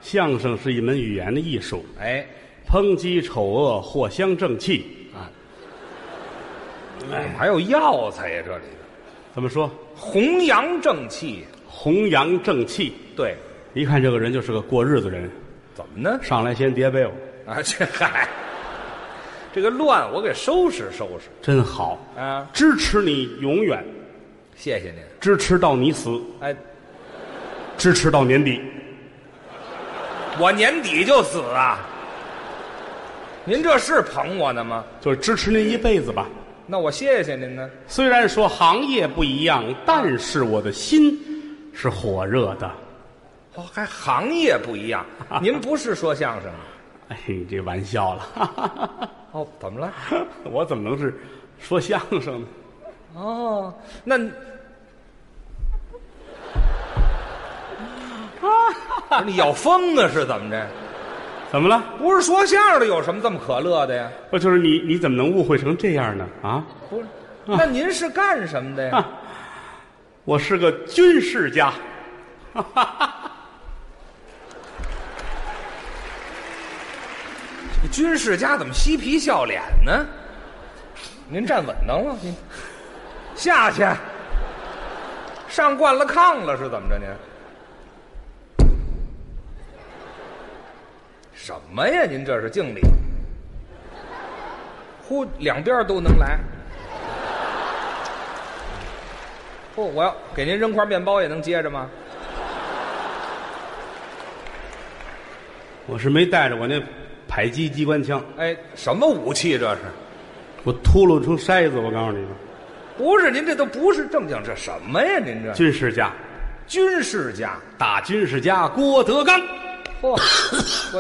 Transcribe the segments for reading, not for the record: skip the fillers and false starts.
相声是一门语言的艺术， 哎， 抨击丑恶，藿香正气啊。 还有药材呀，这里怎么说？ 弘扬正气。 弘扬正气。 对， 一看这个人就是个过日子人。 怎么呢？ 上来先叠被窝啊，这嗨，这个乱我给收拾收拾真好啊！ 支持你永远， 谢谢您。 支持到你死， 哎， 支持到年底。 我年底就死啊！您这是捧我呢吗？ 就是支持您一辈子吧。 那我谢谢您呢。 虽然说行业不一样，但是我的心是火热的。 哦，还行业不一样。您不是说相声的？ 哎，这玩笑了。 哦，怎么了？ 我怎么能是说相声呢？ 哦，那你要疯啊？是怎么着？ 怎么了？ 不是说相声的，有什么这么可乐的呀？ 不就是你怎么能误会成这样呢？啊？ 不是，那您是干什么的呀？ 我是个军事家。 这个军事家怎么嬉皮笑脸呢？您站稳当了，您下去，上惯了炕了是怎么着您？什么呀？您这是敬礼？呼，两边都能来。不，我要给您扔块面包也能接着吗？ 我是没带着我那迫击机关枪。 哎，什么武器这是？ 我秃噜成筛子，我告诉你们。 不是，您这都不是正经，这什么呀？您这军事家， 军事家， 大军事家郭德纲。 嚯，我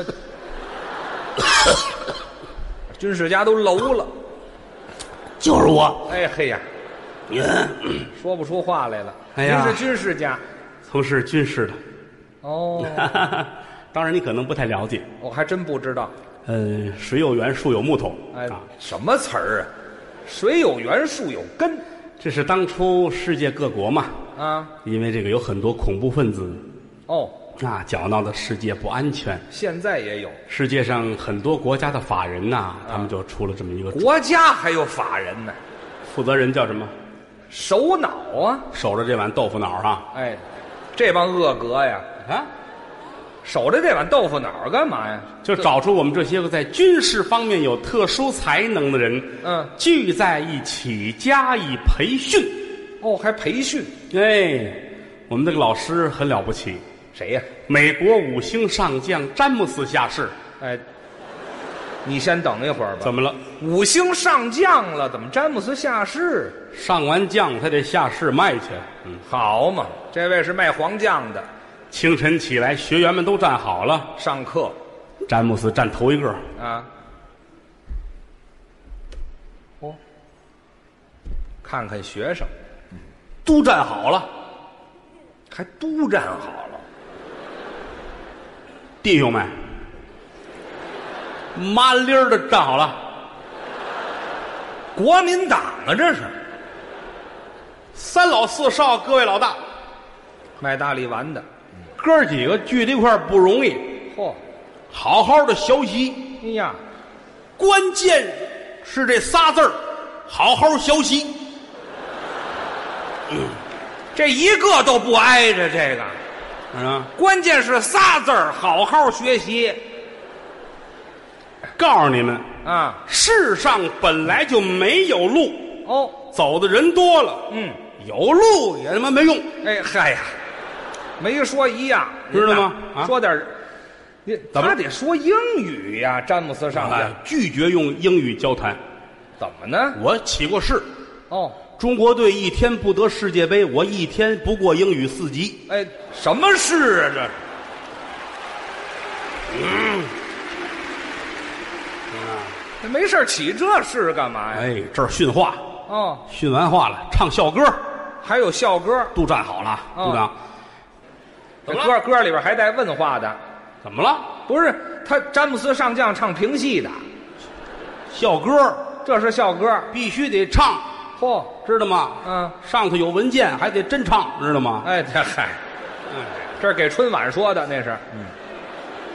军事家都楼了， 就是我。 哎嘿呀，说不出话来了。 哎呀， 您是军事家， 从事军事的。 哦， 当然你可能不太了解。 我还真不知道。 水有源，树有木头。 哎，什么词儿啊？水有源，树有根。 这是当初世界各国嘛。 啊， 因为这个有很多恐怖分子。 哦。 搅闹的世界不安全。 现在也有世界上很多国家的法人呐，他们就出了这么一个国家还有法人呢。 负责人叫什么？ 首脑啊， 守着这碗豆腐脑啊。 哎，这帮恶格呀， 啊， 守着这碗豆腐脑干嘛呀？ 就找出我们这些个在军事方面有特殊才能的人，聚在一起加以培训。 哦，还培训？ 哎，我们这个老师很了不起。 谁呀？ 美国5星上将詹姆斯下士。 哎，你先等一会儿吧。 怎么了 ？5星上将了，怎么詹姆斯下士？ 上完将他得下士卖去。 好嘛，这位是卖黄酱的。 清晨起来，学员们都站好了， 上课。 詹姆斯站头一个啊。哦，看看学生， 都站好了， 还都站好了。 弟兄们，麻利儿的站好了。 国民党啊，这是 3老4少，各位老大， 卖大力丸的， 哥几个聚在一块儿不容易。 嚯， 好好的学习。 哎呀， 关键是这仨字儿，好好学习。 这一个都不挨着这个。关键是仨字儿，好好学习。 告诉你们啊， 世上本来就没有路。 哦， 走的人多了，有路也他妈没用。 哎嗨呀，没说一样， 知道吗？ 说点，他得说英语呀。詹姆斯上将拒绝用英语交谈。 怎么呢？ 我起过誓。 哦。 中国队1天不得世界杯，我1天不过英语4级。 哎，什么事啊这？没事起这事干嘛呀？ 哎，这儿训话。 哦， 训完话了，唱校歌， 还有校歌， 都站好了，都站。 这歌里边还带问话的。 怎么了？ 不是他詹姆斯上将唱评戏的校歌， 这是校歌， 必须得唱。 嚯， 知道吗？上头有文件，还得真唱，知道吗？ 哎，这嗨，这是给春晚说的，那是。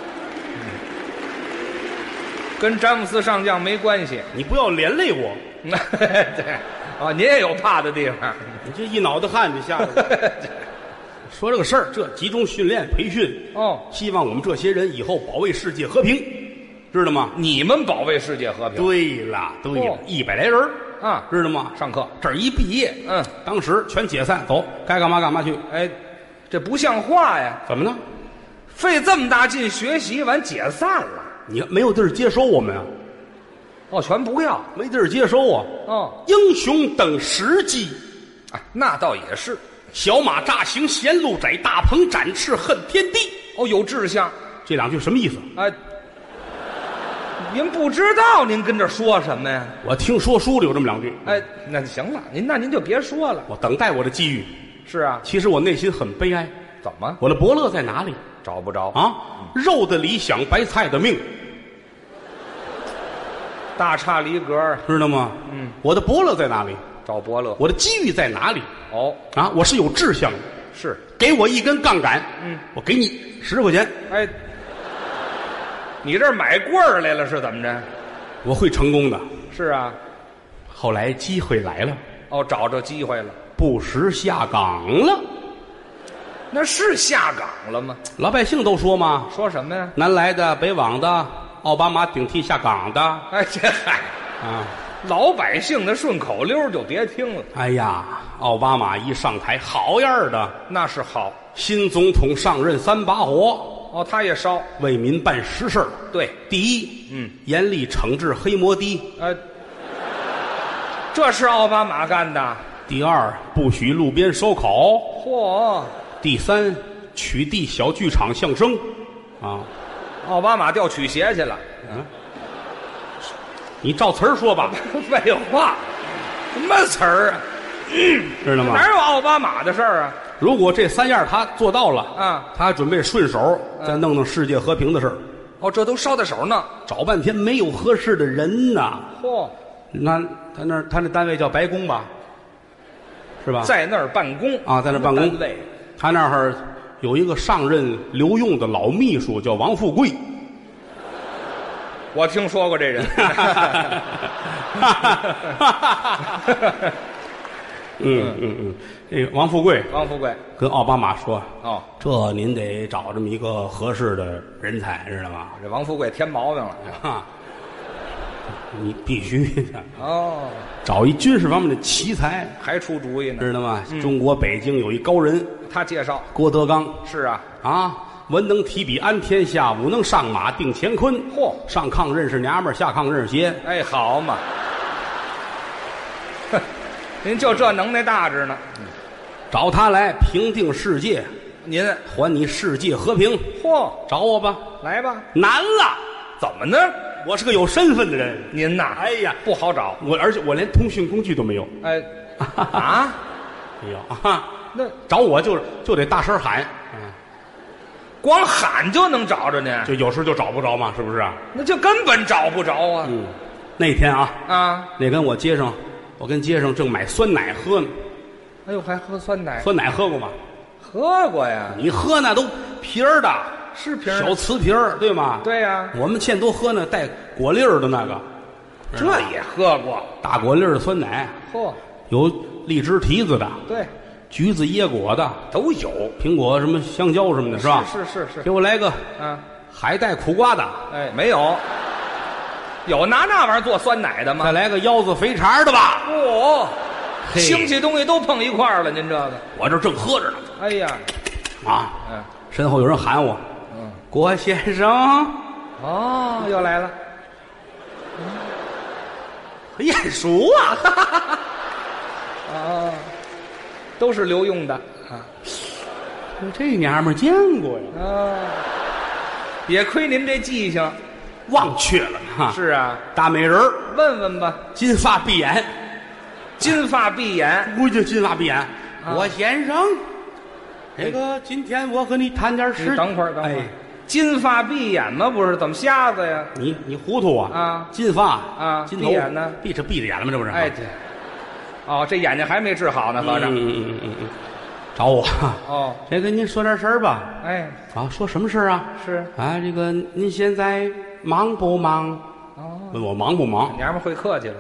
跟詹姆斯上将没关系。 你不要连累我。 对，哦，您也有怕的地方。 你这一脑袋汗就下来了。说这个事儿，这集中训练培训哦， 希望我们这些人以后保卫世界和平，知道吗？ 你们保卫世界和平。 对了，对了，100来人啊， 知道吗？ 上课这儿一毕业，当时全解散，走，该干嘛干嘛去。 哎，这不像话呀！ 怎么呢？ 费这么大劲学习，完解散了。 你没有地儿接收我们啊？ 哦，全不要， 没地儿接收啊。 哦， 英雄等时机， 啊，那倒也是。 小马乍行嫌路窄，大鹏展翅恨天地。 哦，有志向。 这2句什么意思？ 哎，您不知道，您跟这说什么呀？ 我听说书里有这么2句。 哎，那行了，您就别说了。 我等待我的机遇。 是啊， 其实我内心很悲哀。 怎么？ 我的伯乐在哪里？ 找不着啊！肉的理想，白菜的命， 大差离格， 知道吗？我的伯乐在哪里？ 找伯乐。 我的机遇在哪里？ 哦， 啊，我是有志向的。 是， 给我一根杠杆，我给你10块钱。 哎，你这儿买棍儿来了是怎么着？ 我会成功的。 是啊。 后来机会来了。 哦，找着机会了。 不时下岗了。 那是下岗了吗？ 老百姓都说嘛。 说什么呀？ 南来的北往的，奥巴马顶替下岗的。 哎，这嗨啊， 老百姓的顺口溜就别听了。 哎呀，奥巴马一上台，好样的， 那是好。 新总统上任3把火。 哦，他也烧， 为民办实事。 对， 第一，严厉惩治黑摩的。 这是奥巴马干的。 第二，不许路边烧烤。 嚯！ 第三，取缔小剧场相声。啊， 奥巴马调曲协去了。 你照词儿说吧。 废话，什么词儿啊？ 知道吗？ 哪有奥巴马的事儿啊？ 如果这3样他做到了啊， 他还准备顺手再弄弄世界和平的事儿。 哦，这都捎带手呢。 找半天没有合适的人呐。 嚯！ 那他那单位叫白宫吧？是吧？ 在那儿办公啊，在那儿办公。他那儿有一个上任留用的老秘书，叫王富贵。 我听说过这人。 这个王富贵跟奥巴马说：“ 哦， 这您得找这么一个合适的人才，知道吗？ 这王富贵添毛病了啊！你必须的哦， 找一军事方面的奇才， 还出主意呢， 知道吗？中国北京有一高人， 他介绍郭德纲。 是啊， 啊。”文能提笔安天下，武能上马定乾坤。 嚯， 上炕认识娘们儿，下炕认识鞋。 哎，好嘛，您就这能耐大着呢。 找他来平定世界， 您还你世界和平。 嚯， 找我吧， 来吧。 难了， 怎么呢？ 我是个有身份的人。 您呐， 哎呀， 不好找。 而且我连通讯工具都没有。 哎，啊， 没有啊。 那找我就得大声喊。 光喊就能找着呢， 就有时就找不着嘛，是不是啊？ 那就根本找不着啊。 那天啊， 那跟我跟街上正买酸奶喝呢。 哎呦，还喝酸奶？ 酸奶喝过吗？ 喝过呀。 你喝那都皮儿的， 是皮儿， 小瓷皮儿，对吗？ 对呀。 我们现在都喝那带果粒儿的那个， 这也喝过大果粒儿的酸奶。 嚯， 有荔枝提子的， 对。 橘子椰果的都有， 苹果什么香蕉什么的，是吧？ 是。 给我来个海带苦瓜的。 哎，没有，有拿那玩意儿做酸奶的吗？ 再来个腰子肥肠的吧。 哦，腥气东西都碰一块儿了，您这个。 我这正喝着呢。 哎呀， 身后有人喊我，郭先生。 哦，又来了， 眼熟啊。 啊。都是留用的这娘们儿见过呀。 也亏您这记性， 忘却了哈。 是啊， 大美人儿， 问问吧。 金发碧眼， 金发碧眼， 估计金发碧眼。我先生，这个今天我和你谈点事。 等会儿。金发碧眼吗？不是，怎么瞎子呀？ 你糊涂啊？金发金头闭眼呢？ 闭着眼了吗？这不是？ 哎，对。哦，这眼睛还没治好呢，合着。 找我。 哦， 这跟您说点事儿吧。 哎， 说什么事儿啊？ 是这个您现在忙不忙？ 问我忙不忙？ 娘们会客气了。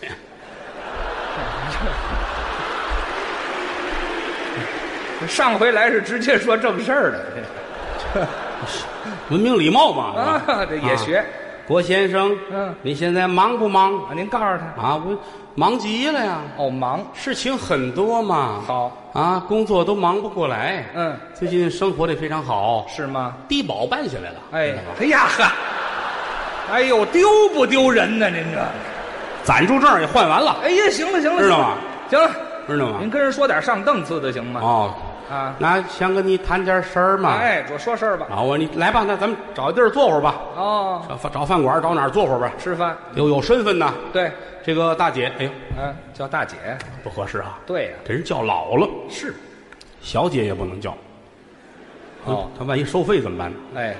上回来是直接说正事儿的， 文明礼貌嘛。 啊，这也学。 郭先生，你现在忙不忙？ 啊，您告诉他啊，我忙极了呀。 哦，忙， 事情很多嘛。 好啊，工作都忙不过来。最近生活的非常好。 是吗？ 低保办下来了。 哎呀呵，哎呦，丢不丢人呢？您这暂住证也换完了。 哎呀，行了， 知道吗？ 行了， 知道吗？ 您跟人说点上档次的行吗？ 哦。啊，那想跟你谈点事儿嘛？ 哎，我说事儿吧。 啊，你来吧，那咱们找地儿坐会儿吧。 哦， 找饭馆，找哪儿坐会儿吧？ 吃饭有身份呐。 对， 这个大姐，哎呦， 叫大姐不合适啊。 对呀， 给人叫老了。 是， 小姐也不能叫。 哦， 他万一收费怎么办呢？ 哎，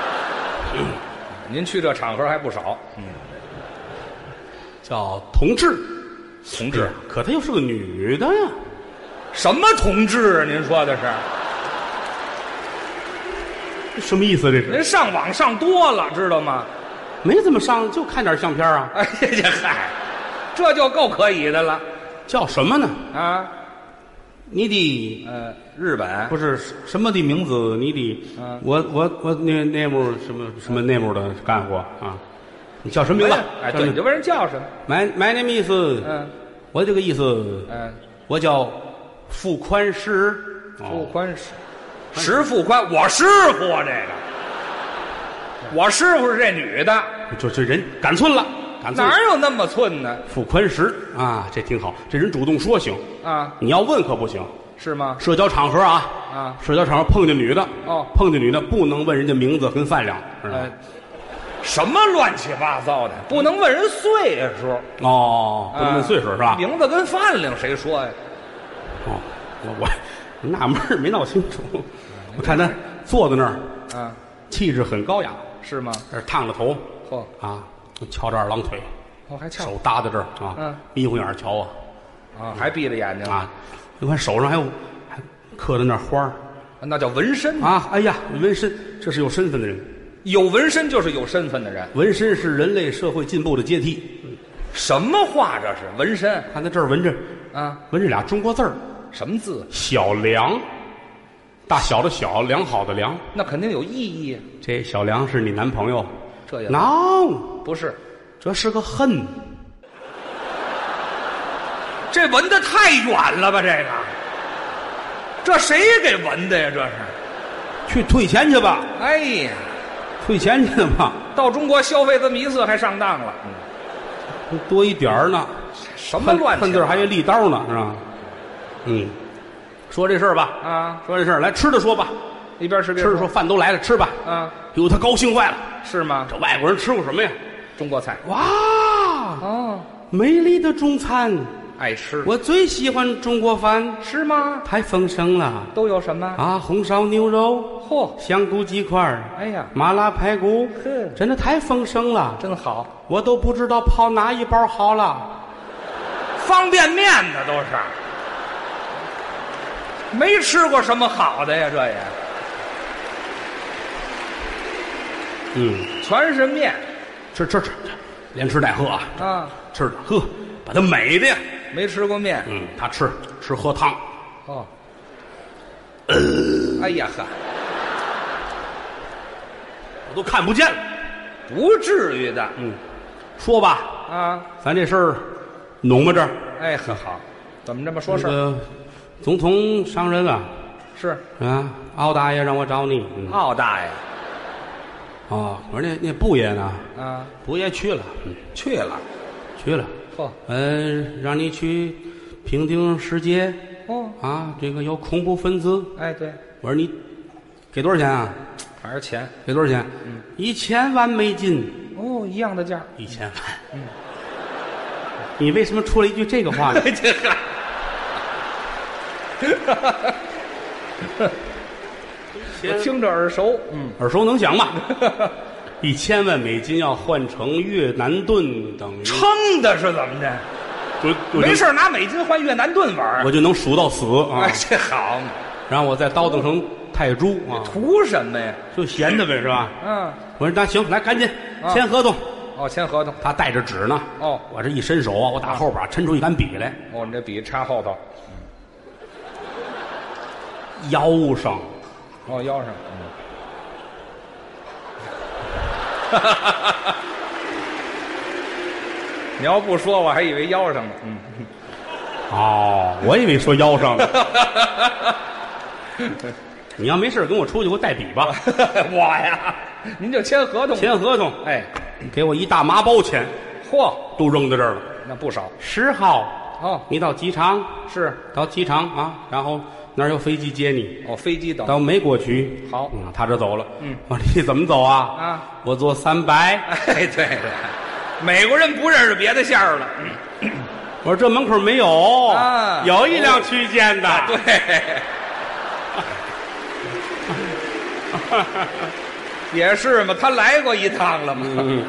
您去这场合还不少。 叫同志， 同志， 可她又是个女的呀。 什么同志啊？您说的是什么意思？这是您上网上多了，知道吗？ 没怎么上，就看点相片啊。 哎呀嗨，这就够可以的了。 叫什么呢？ 啊， 你的日本不是什么的名字？你的我那幕什么那幕的干活啊？你叫什么名字？ 哎，对，你就问人叫什么 ？My name is 我这个意思我叫傅宽师。 傅宽师，石富宽，我师傅啊，这个，我师傅是这女的， 就这人赶寸了， 哪有那么寸呢？ 傅宽石啊，这挺好，这人主动说行啊， 你要问可不行， 是吗？ 社交场合啊，社交场合碰见女的碰见女的不能问人家名字跟饭量， 什么乱七八糟的，不能问人岁数不能问岁数是吧？ 名字跟饭量谁说呀？ 我纳闷儿没闹清楚，我看他坐在那儿，气质很高雅， 是吗？ 这烫着头，翘着二郎腿， 还翘， 手搭在这儿眯糊眼瞧还闭着眼睛你看手上还刻着那花儿， 那叫纹身哎呀，纹身，这是有身份的人， 有纹身就是有身份的人， 纹身是人类社会进步的阶梯。 什么话这是纹身？ 看他这儿纹着纹着俩中国字儿。 什么字？ 小梁，大小的小，良好的良， 那肯定有意义。 这小梁是你男朋友？ 这也不是， 这是个恨。 这纹的太远了吧？这谁给纹的呀？这是， 去退钱去吧。 哎呀， 退钱去吧。 到中国消费这么一次还上当了， 多一点呢。 什么乱？ 恨字还有利刀呢，是吧？说这事儿吧，说这事儿，来吃的说吧， 一边吃边说饭都来了，吃吧，哟，他高兴坏了， 是吗？ 这外国人吃过什么呀？ 中国菜， 哇，美丽的中餐， 爱吃， 我最喜欢中国饭， 是吗？ 太丰盛了， 都有什么红烧牛肉，香菇鸡块， 哎呀， 麻辣排骨，真的太丰盛了， 真好， 我都不知道泡哪一包好了， 方便面呢都是。没吃过什么好的呀，这也，全是面， 吃，连吃带喝吃的喝，把它美的呀。 没吃过面， 他吃喝汤， 哎呀呵， 我都看不见了， 不至于的， 说吧，咱这事儿弄吧这儿， 哎呵好，怎么这么说事儿？ 总统上任了， 是敖大爷让我找你。 敖大爷， 我说那布爷呢？布爷去了， 去了， 让你去平定世界。这个有恐怖分子。 哎，对。 我说你给多少钱啊？ 还是钱？ 给多少钱？1000万美金。 一样的价。 1000万。你为什么出了一句这个话呢？ 我听着耳熟， 耳熟能详吧？1000万美金要换成越南盾，等于撑的是怎么着？没事拿美金换越南盾玩， 我就能数到死啊！ 哎，这好嘛！ 然后我再倒腾成泰铢图什么呀？ 就闲的呗，是吧？ 我说那行，来赶紧签合同， 哦，签合同。 他带着纸呢。 哦， 我这一伸手啊，我打后边抻出一杆笔来。 哦，你这笔插后头。 腰上。 哦，腰上。你要不说，我还以为腰上呢。 哦，我以为说腰上呢。你要没事跟我出去，给我带笔吧。 我呀，您就签合同。 签合同。 哎， 给我一大麻包钱。 嚯， 都扔在这儿了。 那不少。 10号。 哦， 你到机场。 是。 到机场啊，然后那儿有飞机接你。 哦，飞机等。 到美国去。 好。 他这走了。我说你怎么走啊？ 啊， 我坐300。 哎，对。美国人不认识别的线儿了。 我说这门口没有啊， 有一辆区间的。 对。也是嘛，他来过一趟了嘛。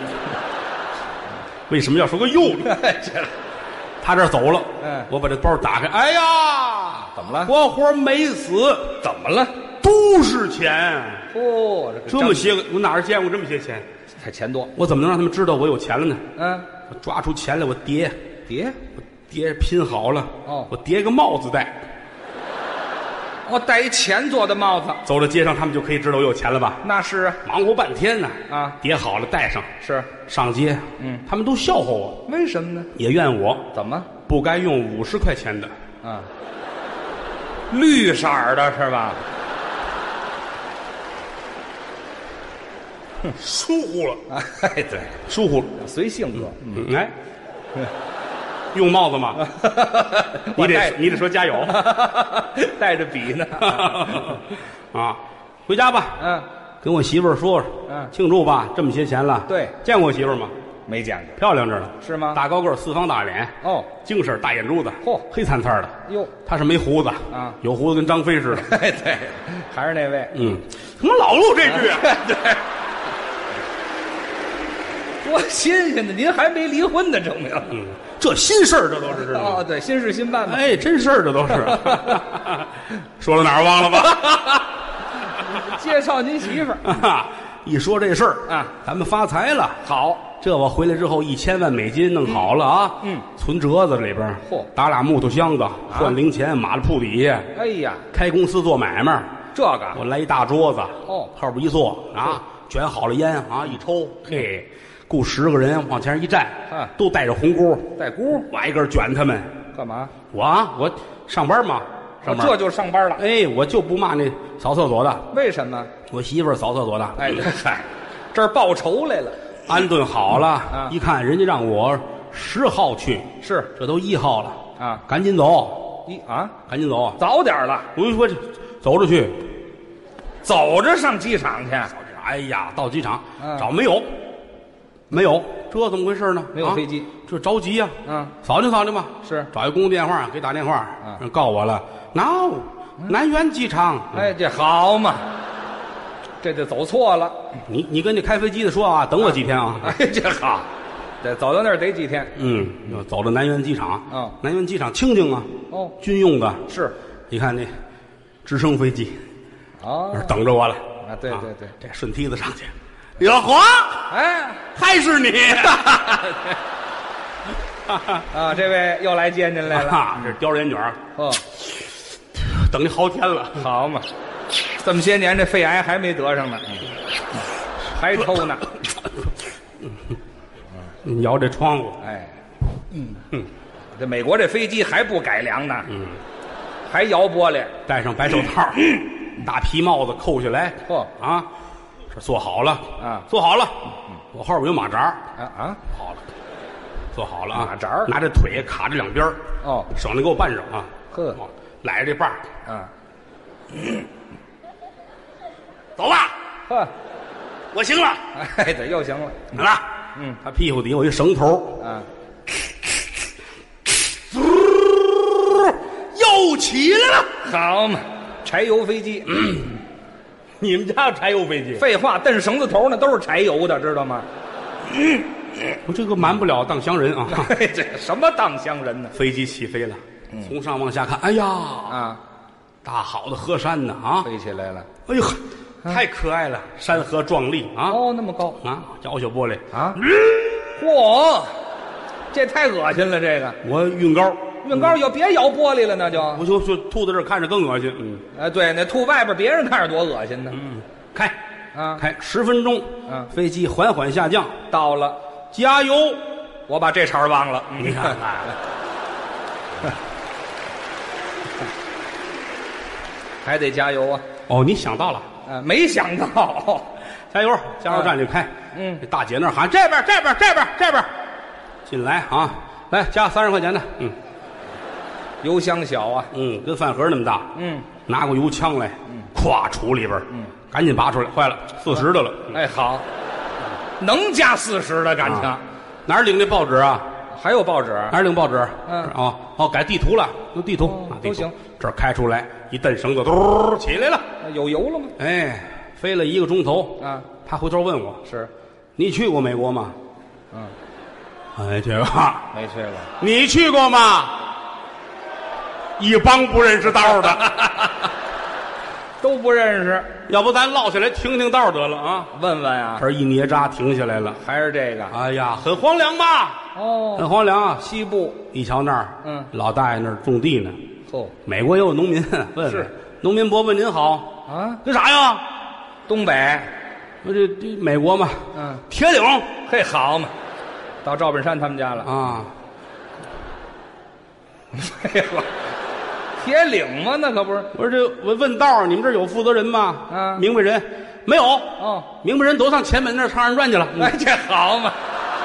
为什么要说个又呢？他这走了。我把这包打开，哎呀， 怎么了？ 活活没死。 怎么了？ 都是钱。 哦， 这么些个，我哪儿见过这么些钱？ 才钱多。 我怎么能让他们知道我有钱了呢？ 我抓出钱来，我叠，我叠拼好了。 哦， 我叠个帽子戴。 我戴一钱做的帽子， 走到街上，他们就可以知道我有钱了吧？ 那是啊， 忙活半天呢。 啊， 叠好了戴上。 是上街，他们都笑话我。 为什么呢？ 也怨我。 怎么？ 不该用50块钱的。 啊，绿色的是吧？ 疏忽了。 哎，对， 疏忽了， 随性格。 哎，用帽子吗？你得说加油。 带着笔呢。 啊，回家吧。跟我媳妇儿说说。庆祝吧，这么些钱了。 对， 见过我媳妇儿吗？ 没见过。 漂亮着呢。 是吗？ 大高个，4方大脸。 哦， 精神，大眼珠子。 嚯， 黑灿灿的。 哟， 她是没胡子啊， 有胡子跟张飞似的。 哎，对，还是那位。 怎么老录这句啊？ 对。多新鲜的！您还没离婚呢，证明。 这新事儿，这都是知道吗？ 哦，对，新事新办嘛。 哎，真事儿，这都是。说到哪儿忘了吧？ 介绍您媳妇儿。 一说这事儿啊， 咱们发财了。 好， 这我回来之后1000万美金弄好了啊。存折子里边。 嚯， 打俩木头箱子，换零钱，码在铺底下。 哎呀， 开公司做买卖， 这个我来一大桌子。 哦， 后边一坐啊，卷好了烟啊，一抽，嘿。雇10个人往前一站，都带着红箍， 带箍， 我挨个卷他们。 干嘛？ 我上班嘛，上班这就上班了。 哎，我就不骂那扫厕所的。 为什么？ 我媳妇儿扫厕所的。 哎，嗨，这儿报仇来了。 安顿好了，一看人家让我10号去， 是， 这都1号了啊， 赶紧走赶紧走， 早点了。 我就说走着去， 走着上机场去。 哎呀，到机场找没有，这怎么回事呢？ 没有飞机， 这着急呀。扫听嘛。 是， 找一公共电话给打电话，人告我了。南苑机场。 哎，这好嘛，这就走错了。 你跟这开飞机的说啊，等我几天啊。 哎，这好，得走到那儿得几天。 走到南苑机场。南苑机场清静啊。 哦， 军用的。 是， 你看那直升飞机，等着我了。 啊，对， 这顺梯子上去。哟呵， 哎， 还是你。 啊，这位又来接您来了。 这叼着烟卷等你好天了。 好嘛，这么些年这肺癌还没得上呢，还抽呢。 你摇这窗户。 哎，这美国这飞机还不改良呢。还摇玻璃， 戴上白手套，大皮帽子扣下来。这做好了做好了。我后边有马扎好了，做好了马扎拿着腿卡着两边省得给我绊上啊。 呵， 揽着这把走吧。 呵， 我行了。 哎，这又行了。 怎么了？他屁股底有一绳头又起来了。 好嘛，柴油飞机。 你们家有柴油飞机？ 废话，蹬绳子头那都是柴油的，知道吗？ 我这个瞒不了当乡人啊。 这什么当乡人呢？ 飞机起飞了，从上往下看，哎呀大好的河山呢飞起来了。 哎呦，太可爱了，山河壮丽啊！ 那么高摇下玻璃嚯，这太恶心了，这个我晕膏， 晕膏要别咬玻璃了，那就我就吐在这儿看着更恶心。嗯， 哎，对，那吐外边别人看着多恶心呢。 开啊， 开10分钟，飞机缓缓下降， 到了， 加油！ 我把这茬忘了， 你看看， 还得加油啊。 哦，你想到了， 没想到， 加油！加油站里开，这大姐那儿喊这边，进来啊，来加30块钱的， 油箱小啊， 跟饭盒那么大，拿过油枪来，咵杵里边，赶紧拔出来，坏了，40的了， 哎，好，能加40的感情， 哪儿领这报纸啊？ 还有报纸？ 哪儿领报纸？改地图了，有地图都行。 这儿开出来一蹬绳子，嘟起来了， 有油了吗？ 哎，飞了1个钟头啊！ 他回头问我：“ 是， 你去过美国吗？”哎，这个没去过。 你去过吗？一帮不认识道的， 都不认识。 要不咱落下来听听道得了啊？ 问问啊。 这一捏扎停下来了， 还是这个？ 哎呀，很荒凉吧？ 哦， 很荒凉啊！ 西部一瞧那儿，老大爷那儿种地呢。美国也有农民，问是农民伯伯您好啊？ 干啥呀？ 东北， 我这美国嘛，铁岭， 嘿，好嘛，到赵本山他们家了啊。 废话，铁岭吗？那可不是。 我说我问道，你们这有负责人吗？明白人没有？明白人都上前门那儿唱二人转去了。 哎，这好嘛。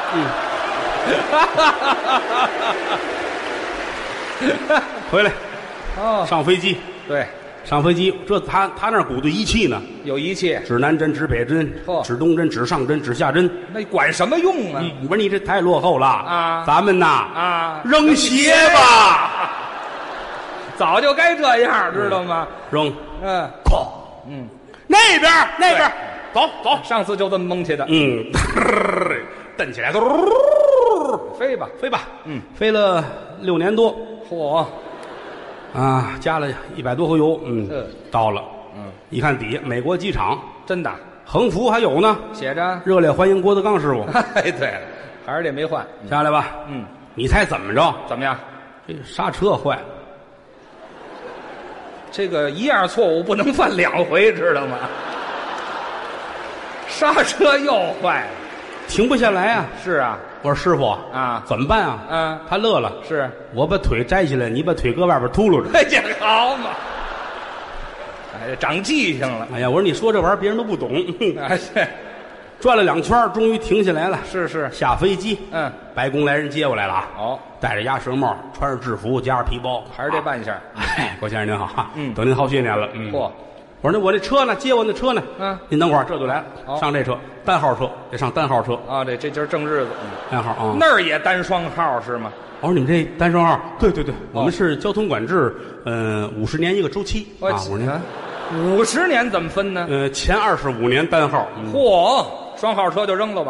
回来。上飞机， 对， 上飞机，这他那儿鼓捣仪器呢， 有仪器， 指南针、指北针、指东针、指上针、指下针， 那管什么用啊？ 你说你这太落后了啊！ 咱们呐扔鞋吧， 早就该这样，知道吗？ 扔， 哐， 那边，走， 上次就这么蒙去的， 蹬起来， 飞吧， 飞了6年多， 嚯！ 加了100多回油，到了，一看底下美国机场， 真的， 横幅还有呢， 写着热烈欢迎郭德纲师傅。 哎，对了，还是这没换， 下来吧，你猜怎么着？ 怎么样？ 这刹车坏了， 这个一样错误不能犯2回，知道吗？刹车又坏了， 停不下来啊！ 是啊。 我说师傅怎么办啊？他乐了， 是我把腿摘下来，你把腿搁外边秃噜着。 哎，这好嘛！哎，长记性了。 哎呀，我说你说这玩意儿别人都不懂。 哎， 转了2圈，终于停下来了。 是， 下飞机。白宫来人接我来了啊。 哦， 戴着鸭舌帽，穿着制服，夹着皮包， 还是这扮相。 哎，郭先生您好，等您好些年了。 嚯！ 我说我那车呢？接我那车呢？您等会儿，这就来了。上这车，单号车，得上单号车啊。这今儿正日子， 单号啊。 那儿也单双号是吗？ 我说你们这单双号，对，我们是交通管制，50年一个周期啊。50年 ，50年怎么分呢？ 前25年单号。 嚯，双号车就扔了吧？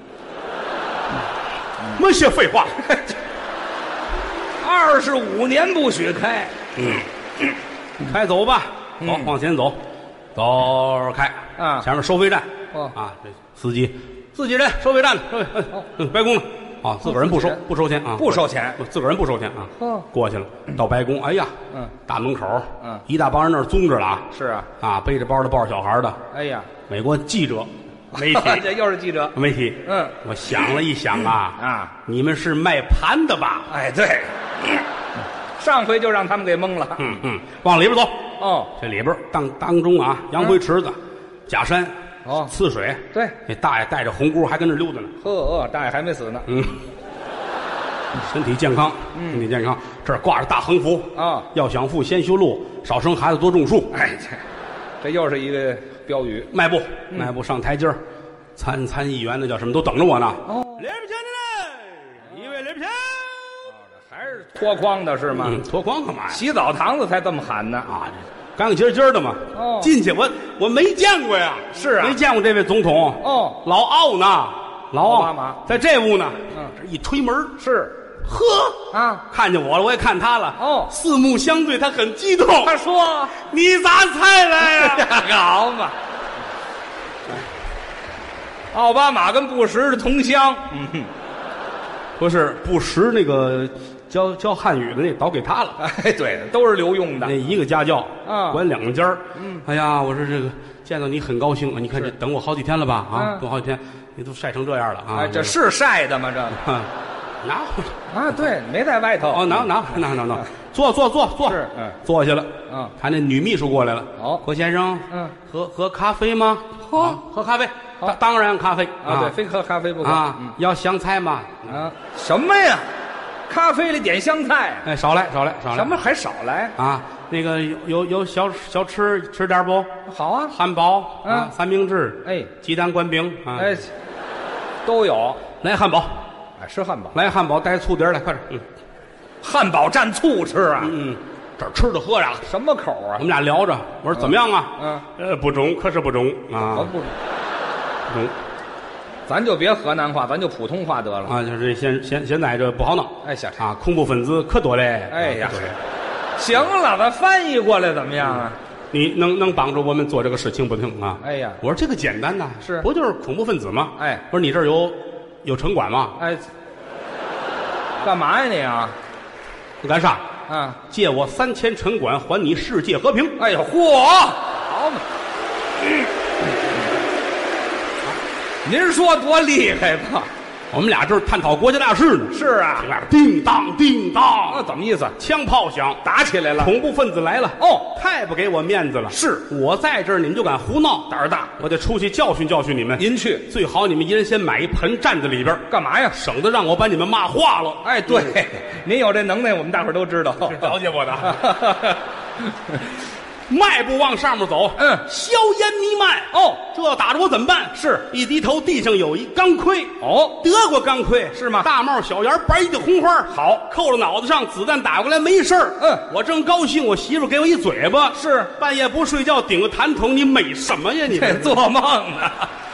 没些废话。 25年不许开。 开走吧。走，往前走，开前面收费站这司机自己人，收费站的，白宫的自个人不收钱啊， 不收钱， 自个人不收钱啊。过去了，到白宫，哎呀，大门口，一大帮人那儿宗着了是啊， 背着包的，抱着小孩的， 哎呀， 美国记者、媒体， 这又是记者， 媒体，我想了一想你们是卖盘的吧？ 哎，对，上回就让他们给蒙了， 往里边走。 这里边当中杨灰池子、假山、刺水， 对， 那大爷带着红箍还跟那溜达呢。 大爷还没死呢。 身体健康，身体健康。这儿挂着大横幅要想富先修路，少生孩子多种树。 哎，这又是一个标语。 迈步上台阶儿，参议员的叫什么都等着我呢。里边请进来，一位里边请。 还是脱光的是吗？ 脱光干嘛呀？ 洗澡堂子才这么喊呢干净的嘛。进去我没见过呀。 是啊， 没见过这位总统。老奥呢？老奥在这屋呢。这一推门是，看见我了，我也看他了。四目相对，他很激动。 他说：“ 你咋才来呀？” 好嘛。奥巴马跟布什是同乡。 不是不识那个教汉语的那倒给他了。 哎，对，都是留用的。 那一个家教啊， 管2家。哎呀，我说这个见到你很高兴啊！你看这等我好几天了吧？啊，等好几天，你都晒成这样了啊！ 哎，这是晒的吗？这拿啊，对，没在外头。 哦，拿，坐， 是， 坐下了。 他那女秘书过来了。郭先生，喝咖啡吗？喝咖啡。当然咖啡啊，对，非喝咖啡不可啊。要香菜吗？ 啊，什么呀？咖啡里点香菜？ 哎，少来。 什么还少来啊？那个有小吃点不？ 好啊， 汉堡啊，三明治， 哎， 鸡蛋灌饼啊， 哎，都有。 来汉堡， 哎，吃汉堡。 来汉堡带醋碟来，快点。 汉堡蘸醋吃啊？ 这吃的喝呀， 什么口啊？ 我们俩聊着，我说怎么样啊？不中，可是不中啊。 不中，咱就别河南话，咱就普通话得了啊。就是现在这不好闹。 哎，小啊，恐怖分子可多嘞。 哎呀，行了，咱翻译过来怎么样啊？ 你能帮助我们做这个事情不行啊？ 哎呀， 我说这个简单呐， 是不就是恐怖分子吗？ 哎， 我说你这儿有城管吗？ 哎，干嘛呀你啊？ 你干啥？ 啊， 借我3000城管，还你世界和平。 哎呦，嚯，好嘛！您说多厉害吧？ 我们俩这儿探讨国家大事呢。 是啊， 叮当叮当， 那怎么意思？ 枪炮响， 打起来了， 恐怖分子来了。 哦， 太不给我面子了。 是我在这儿，你们就敢胡闹， 胆儿大， 我得出去教训教训你们。 您去， 最好你们一人先买一盆站在里边。 干嘛呀？ 省得让我把你们骂化了。 哎，对，您有这能耐，我们大伙儿都知道， 了解我的。迈步往上面走，硝烟弥漫。 哦， 这要打着我怎么办？ 是一低头，地上有一钢盔。 哦， 德国钢盔是吗？ 大帽小檐，白的红花， 好， 扣了脑子上，子弹打过来没事儿。我正高兴，我媳妇给我一嘴巴。 是， 半夜不睡觉，顶个痰桶，你美什么呀你？ 做梦呢。